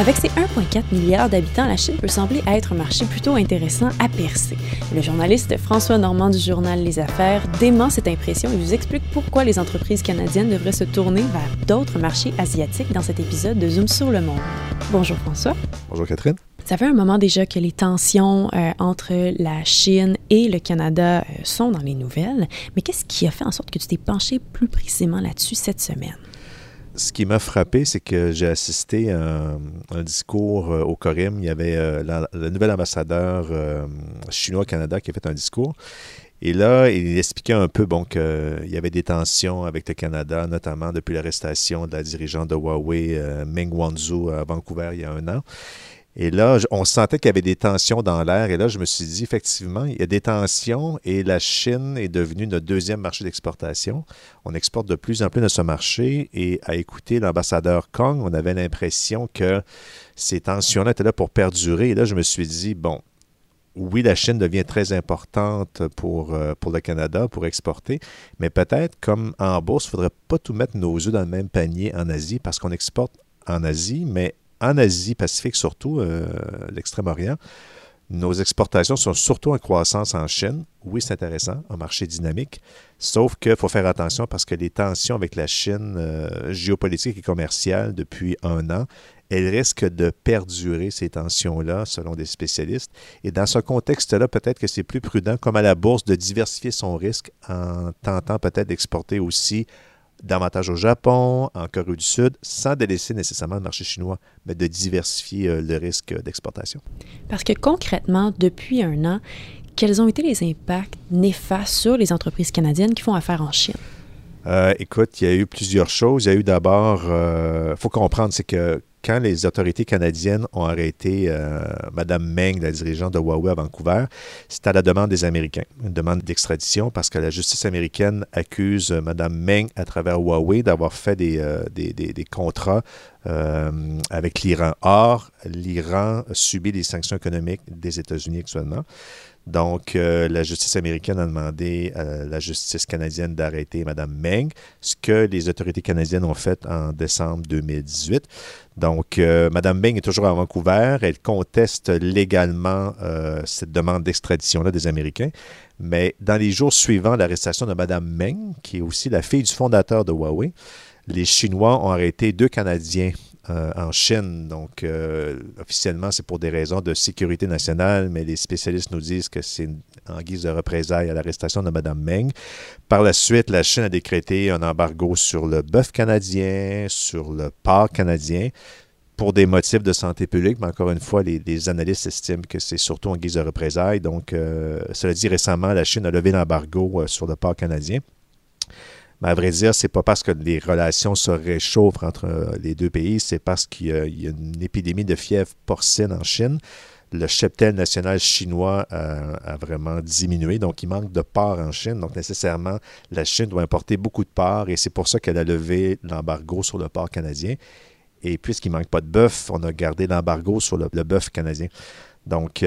Avec ses 1,4 milliard d'habitants, la Chine peut sembler être un marché plutôt intéressant à percer. Le journaliste François Normand du journal Les Affaires dément cette impression et vous explique pourquoi les entreprises canadiennes devraient se tourner vers d'autres marchés asiatiques dans cet épisode de Zoom sur le monde. Bonjour François. Bonjour Catherine. Ça fait un moment déjà que les tensions entre la Chine et le Canada sont dans les nouvelles, mais qu'est-ce qui a fait en sorte que tu t'es penché plus précisément là-dessus cette semaine? Ce qui m'a frappé, c'est que j'ai assisté à un discours au Corim. Il y avait le nouvel ambassadeur chinois au Canada qui a fait un discours. Et là, il expliquait un peu qu'il y avait des tensions avec le Canada, notamment depuis l'arrestation de la dirigeante de Huawei, Meng Wanzhou, à Vancouver il y a un an. Et là, on sentait qu'il y avait des tensions dans l'air. Et là, je me suis dit, effectivement, il y a des tensions et la Chine est devenue notre deuxième marché d'exportation. On exporte de plus en plus de ce marché. Et à écouter l'ambassadeur Kong, on avait l'impression que ces tensions-là étaient là pour perdurer. Et là, je me suis dit, bon, oui, la Chine devient très importante pour le Canada, pour exporter, mais peut-être, comme en bourse, il ne faudrait pas tout mettre nos œufs dans le même panier en Asie, parce qu'on exporte en Asie, mais en Asie-Pacifique, surtout l'Extrême-Orient, nos exportations sont surtout en croissance en Chine. Oui, c'est intéressant, un marché dynamique, sauf qu'il faut faire attention parce que les tensions avec la Chine géopolitique et commerciale depuis un an, elles risquent de perdurer, ces tensions-là, selon des spécialistes. Et dans ce contexte-là, peut-être que c'est plus prudent, comme à la bourse, de diversifier son risque en tentant peut-être d'exporter aussi davantage au Japon, en Corée du Sud, sans délaisser nécessairement le marché chinois, mais de diversifier le risque d'exportation. Parce que concrètement, depuis un an, quels ont été les impacts néfastes sur les entreprises canadiennes qui font affaire en Chine? Écoute, il y a eu plusieurs choses. Il y a eu d'abord, faut comprendre, c'est que quand les autorités canadiennes ont arrêté Mme Meng, la dirigeante de Huawei à Vancouver, c'était à la demande des Américains, une demande d'extradition parce que la justice américaine accuse Mme Meng à travers Huawei d'avoir fait des contrats avec l'Iran. Or, l'Iran subit des sanctions économiques des États-Unis actuellement. Donc, la justice américaine a demandé à la justice canadienne d'arrêter Mme Meng, ce que les autorités canadiennes ont fait en décembre 2018. Donc, Mme Meng est toujours à Vancouver. Elle conteste légalement cette demande d'extradition-là des Américains. Mais dans les jours suivants l'arrestation de Mme Meng, qui est aussi la fille du fondateur de Huawei, les Chinois ont arrêté 2 Canadiens en Chine. Donc, officiellement, c'est pour des raisons de sécurité nationale, mais les spécialistes nous disent que c'est en guise de représailles à l'arrestation de Mme Meng. Par la suite, la Chine a décrété un embargo sur le bœuf canadien, sur le porc canadien, pour des motifs de santé publique, mais encore une fois, les analystes estiment que c'est surtout en guise de représailles. Donc, cela dit, récemment, la Chine a levé l'embargo sur le porc canadien. Mais à vrai dire, c'est pas parce que les relations se réchauffent entre les deux pays, c'est parce qu'il y a une épidémie de fièvre porcine en Chine. Le cheptel national chinois a vraiment diminué, donc il manque de porc en Chine. Donc nécessairement, la Chine doit importer beaucoup de porc et c'est pour ça qu'elle a levé l'embargo sur le porc canadien. Et puisqu'il ne manque pas de bœuf, on a gardé l'embargo sur le bœuf canadien. Donc,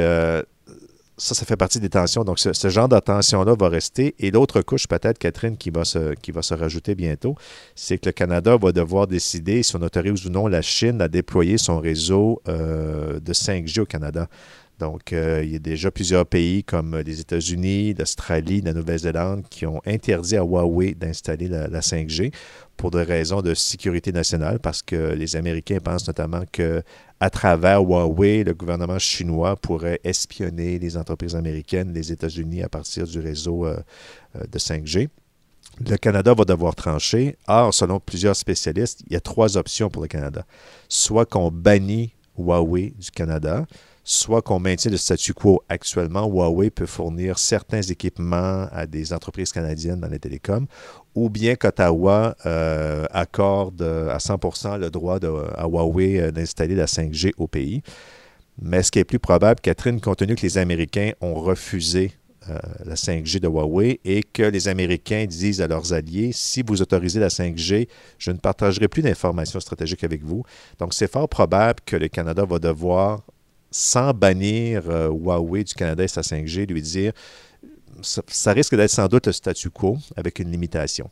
ça fait partie des tensions. Donc, ce genre de tension-là va rester. Et l'autre couche, peut-être, Catherine, qui va se rajouter bientôt, c'est que le Canada va devoir décider si on autorise ou non la Chine à déployer son réseau de 5G au Canada. Donc, il y a déjà plusieurs pays comme les États-Unis, l'Australie, la Nouvelle-Zélande qui ont interdit à Huawei d'installer la 5G pour des raisons de sécurité nationale parce que les Américains pensent notamment qu'à travers Huawei, le gouvernement chinois pourrait espionner les entreprises américaines, les États-Unis à partir du réseau de 5G. Le Canada va devoir trancher. Or, selon plusieurs spécialistes, il y a 3 options pour le Canada. Soit qu'on bannit Huawei du Canada, soit qu'on maintient le statu quo. Actuellement, Huawei peut fournir certains équipements à des entreprises canadiennes dans les télécoms, ou bien qu'Ottawa accorde à 100% le droit à Huawei d'installer la 5G au pays. Mais ce qui est plus probable, Catherine, compte tenu que les Américains ont refusé la 5G de Huawei et que les Américains disent à leurs alliés, si vous autorisez la 5G, je ne partagerai plus d'informations stratégiques avec vous. Donc, c'est fort probable que le Canada va devoir, sans bannir Huawei du Canada et sa 5G, lui dire, ça risque d'être sans doute le statu quo avec une limitation.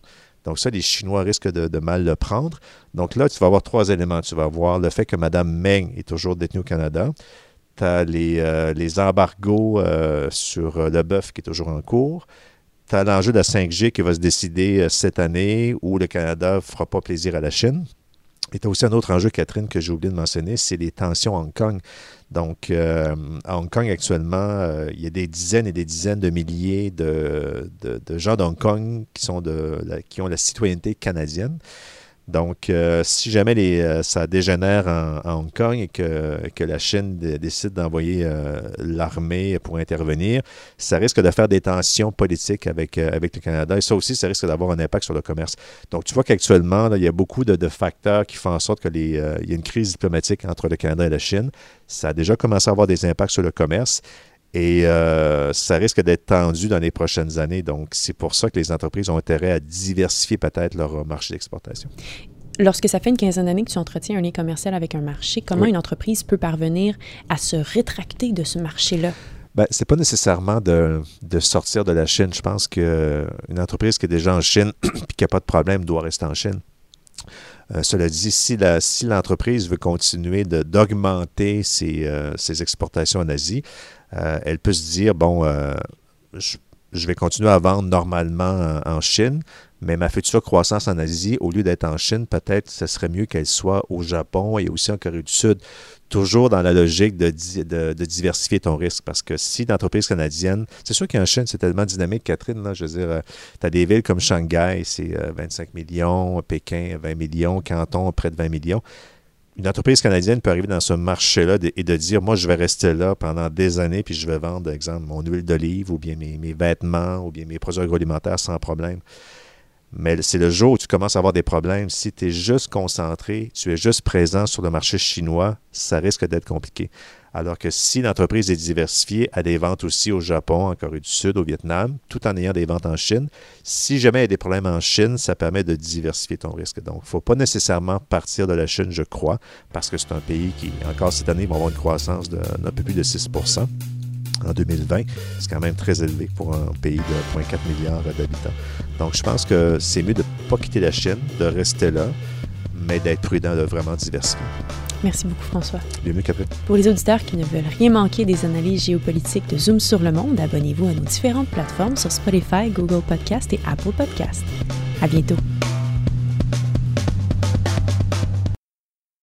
Donc ça, les Chinois risquent de mal le prendre. Donc là, tu vas avoir 3 éléments. Tu vas avoir le fait que Mme Meng est toujours détenue au Canada. Tu as les embargos sur le bœuf qui est toujours en cours. Tu as l'enjeu de la 5G qui va se décider cette année où le Canada ne fera pas plaisir à la Chine. Et tu as aussi un autre enjeu, Catherine, que j'ai oublié de mentionner, c'est les tensions à Hong Kong. Donc, à Hong Kong, actuellement, il y a des dizaines et des dizaines de milliers de gens d'Hong Kong qui ont la citoyenneté canadienne. Donc, si jamais ça dégénère en Hong Kong et que la Chine décide d'envoyer l'armée pour intervenir, ça risque de faire des tensions politiques avec le Canada. Et ça aussi, ça risque d'avoir un impact sur le commerce. Donc, tu vois qu'actuellement, là, il y a beaucoup de facteurs qui font en sorte qu'il y a une crise diplomatique entre le Canada et la Chine. Ça a déjà commencé à avoir des impacts sur le commerce. Et ça risque d'être tendu dans les prochaines années. Donc, c'est pour ça que les entreprises ont intérêt à diversifier peut-être leur marché d'exportation. Lorsque ça fait une quinzaine d'années que tu entretiens un lien commercial avec un marché, comment une entreprise peut parvenir à se rétracter de ce marché-là? Bien, ce n'est pas nécessairement de sortir de la Chine. Je pense qu'une entreprise qui est déjà en Chine et qui n'a pas de problème doit rester en Chine. Cela dit, si l'entreprise veut continuer d'augmenter ses exportations en Asie, elle peut se dire, bon, je vais continuer à vendre normalement en Chine, mais ma future croissance en Asie, au lieu d'être en Chine, peut-être ce serait mieux qu'elle soit au Japon et aussi en Corée du Sud. Toujours dans la logique de diversifier ton risque. Parce que si l'entreprise canadienne, c'est sûr qu'en Chine, c'est tellement dynamique, Catherine, là, je veux dire, tu as des villes comme Shanghai, c'est 25 millions, Pékin, 20 millions, Canton, près de 20 millions. Une entreprise canadienne peut arriver dans ce marché-là et de dire, moi, je vais rester là pendant des années, puis je vais vendre, par exemple, mon huile d'olive ou bien mes vêtements ou bien mes produits agroalimentaires sans problème. Mais c'est le jour où tu commences à avoir des problèmes. Si tu es juste concentré, tu es juste présent sur le marché chinois, ça risque d'être compliqué. Alors que si l'entreprise est diversifiée, elle a des ventes aussi au Japon, en Corée du Sud, au Vietnam, tout en ayant des ventes en Chine. Si jamais il y a des problèmes en Chine, ça permet de diversifier ton risque. Donc, il ne faut pas nécessairement partir de la Chine, je crois, parce que c'est un pays qui, encore cette année, va avoir une croissance d'un peu plus de 6%. En 2020, c'est quand même très élevé pour un pays de 0,4 milliards d'habitants. Donc, je pense que c'est mieux de ne pas quitter la Chine, de rester là, mais d'être prudent, de vraiment diversifier. Merci beaucoup, François. Bienvenue, Catherine. Pour les auditeurs qui ne veulent rien manquer des analyses géopolitiques de Zoom sur le monde, abonnez-vous à nos différentes plateformes sur Spotify, Google Podcast et Apple Podcast. À bientôt.